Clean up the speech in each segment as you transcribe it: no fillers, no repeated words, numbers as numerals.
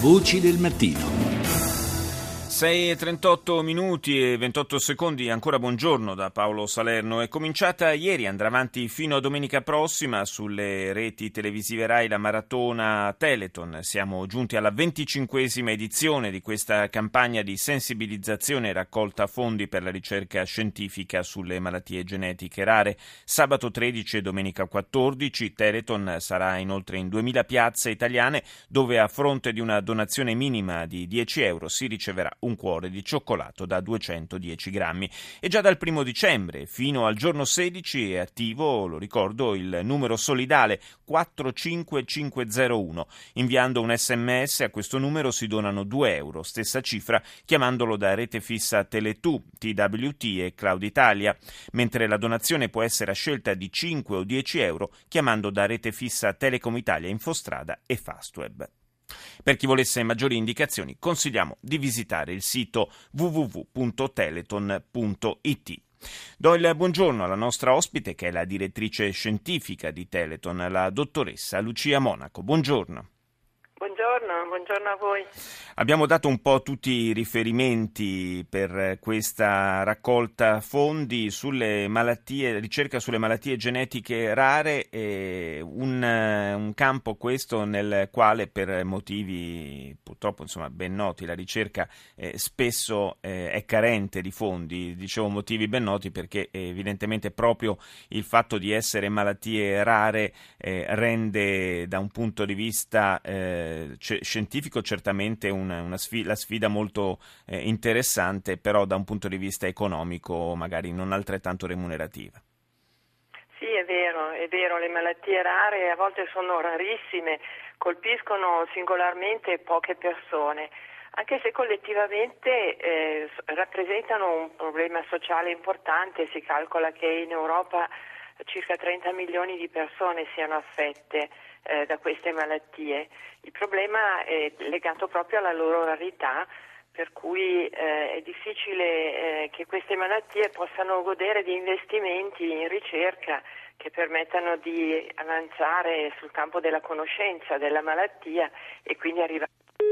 Voci del mattino. 6:38 minuti e 28 secondi, ancora buongiorno da Paolo Salerno. È cominciata ieri, andrà avanti fino a domenica prossima sulle reti televisive Rai la maratona Telethon. Siamo giunti alla 25esima edizione di questa campagna di sensibilizzazione e raccolta fondi per la ricerca scientifica sulle malattie genetiche rare. Sabato 13 e domenica 14 Telethon sarà inoltre in 2000 piazze italiane, dove a fronte di una donazione minima di 10 euro si riceverà un cuore di cioccolato da 210 grammi. E già dal 1 dicembre fino al giorno 16 è attivo, lo ricordo, il numero solidale 45501. Inviando un SMS a questo numero si donano 2 euro, stessa cifra chiamandolo da Rete Fissa Tele2, TWT e Cloud Italia, mentre la donazione può essere a scelta di 5 o 10 euro chiamando da Rete Fissa Telecom Italia, Infostrada e Fastweb. Per chi volesse maggiori indicazioni consigliamo di visitare il sito www.teleton.it. Do il buongiorno alla nostra ospite, che è la direttrice scientifica di Telethon, la dottoressa Lucia Monaco. Buongiorno. Buongiorno a voi. Abbiamo dato un po' tutti i riferimenti per questa raccolta fondi sulle malattie, ricerca sulle malattie genetiche rare, un campo questo nel quale per motivi purtroppo ben noti la ricerca spesso è carente di fondi. Dicevo motivi ben noti perché evidentemente proprio il fatto di essere malattie rare rende da un punto di vista scientifico certamente la sfida molto interessante, però da un punto di vista economico magari non altrettanto remunerativa. Sì, è vero, le malattie rare a volte sono rarissime, colpiscono singolarmente poche persone, anche se collettivamente rappresentano un problema sociale importante. Si calcola che in Europa circa 30 milioni di persone siano affette da queste malattie. Il problema è legato proprio alla loro rarità, per cui è difficile che queste malattie possano godere di investimenti in ricerca che permettano di avanzare sul campo della conoscenza della malattia e quindi arrivare.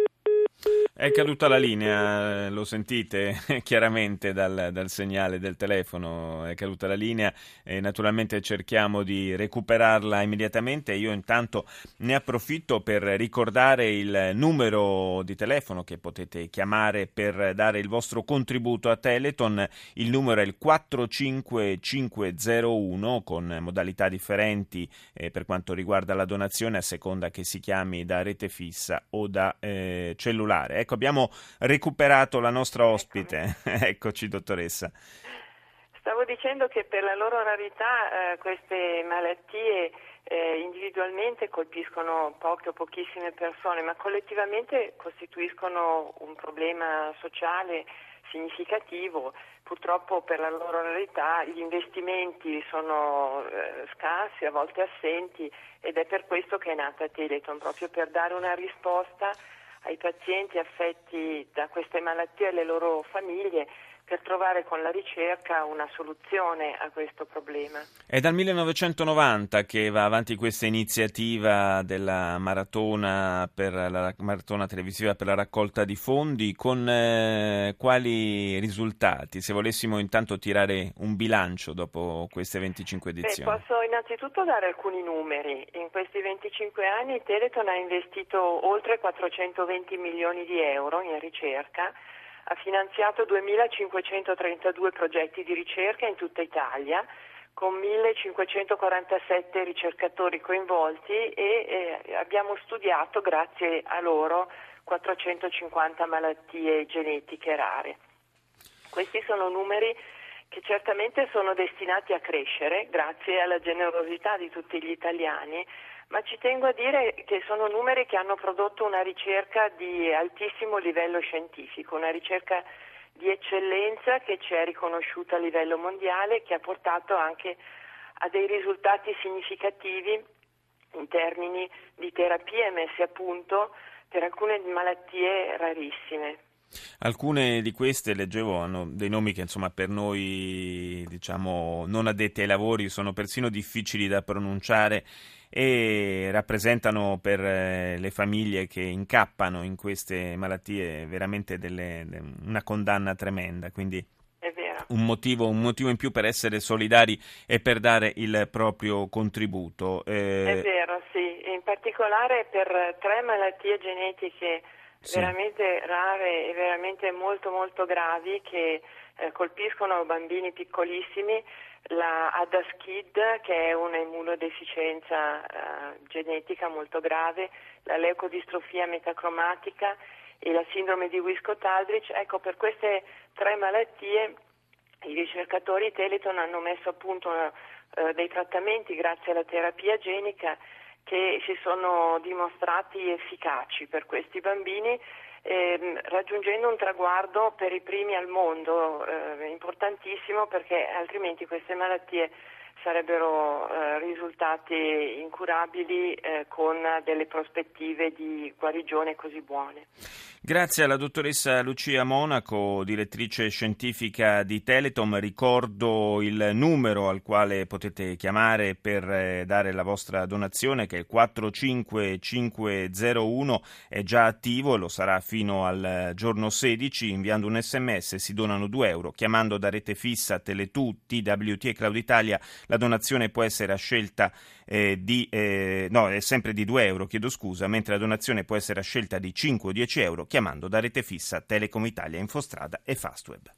È caduta la linea, lo sentite chiaramente dal segnale del telefono, è caduta la linea e naturalmente cerchiamo di recuperarla immediatamente. Io intanto ne approfitto per ricordare il numero di telefono che potete chiamare per dare il vostro contributo a Telethon. Il numero è il 45501 con modalità differenti per quanto riguarda la donazione a seconda che si chiami da rete fissa o da cellulare. Ecco, abbiamo recuperato la nostra ospite. Eccoci, dottoressa. Stavo dicendo che per la loro rarità queste malattie individualmente colpiscono poche o pochissime persone, ma collettivamente costituiscono un problema sociale significativo. Purtroppo per la loro rarità gli investimenti sono scarsi, a volte assenti, ed è per questo che è nata Telethon, proprio per dare una risposta ai pazienti affetti da queste malattie e alle loro famiglie, per trovare con la ricerca una soluzione a questo problema. È dal 1990 che va avanti questa iniziativa della maratona televisiva per la raccolta di fondi. Con quali risultati? Se volessimo intanto tirare un bilancio dopo queste 25 edizioni. Posso innanzitutto dare alcuni numeri. In questi 25 anni Telethon ha investito oltre 420 milioni di euro in ricerca, ha finanziato 2.532 progetti di ricerca in tutta Italia, con 1.547 ricercatori coinvolti e abbiamo studiato, grazie a loro, 450 malattie genetiche rare. Questi sono numeri che certamente sono destinati a crescere grazie alla generosità di tutti gli italiani, ma ci tengo a dire che sono numeri che hanno prodotto una ricerca di altissimo livello scientifico, una ricerca di eccellenza che ci è riconosciuta a livello mondiale, che ha portato anche a dei risultati significativi in termini di terapie messe a punto per alcune malattie rarissime. Alcune di queste, leggevo, hanno dei nomi che insomma per noi, diciamo, non addetti ai lavori sono persino difficili da pronunciare e rappresentano per le famiglie che incappano in queste malattie veramente una condanna tremenda, quindi È vero. un motivo in più per essere solidari e per dare il proprio contributo. È vero, sì, in particolare per 3 malattie genetiche Sì, veramente rare e veramente molto molto gravi che colpiscono bambini piccolissimi, la ADAS-Kid, che è una immunodeficienza genetica molto grave, la leucodistrofia metacromatica e la sindrome di Wiskott-Aldrich. Ecco, per queste 3 malattie i ricercatori Teleton hanno messo a punto dei trattamenti grazie alla terapia genica che si sono dimostrati efficaci per questi bambini, raggiungendo un traguardo per i primi al mondo importantissimo, perché altrimenti queste malattie sarebbero risultate incurabili con delle prospettive di guarigione così buone. grazie alla dottoressa Lucia Monaco, direttrice scientifica di Teletom. Ricordo il numero al quale potete chiamare per dare la vostra donazione, che è il 45501, è già attivo e lo sarà fino al giorno 16. Inviando un SMS si donano €2. Chiamando da rete fissa, Tele2, TWT e Cloud Italia, la donazione può essere a scelta è sempre di €2, chiedo scusa, mentre la donazione può essere a scelta di 5 o 10 euro chiamando da rete fissa Telecom Italia, Infostrada e Fastweb.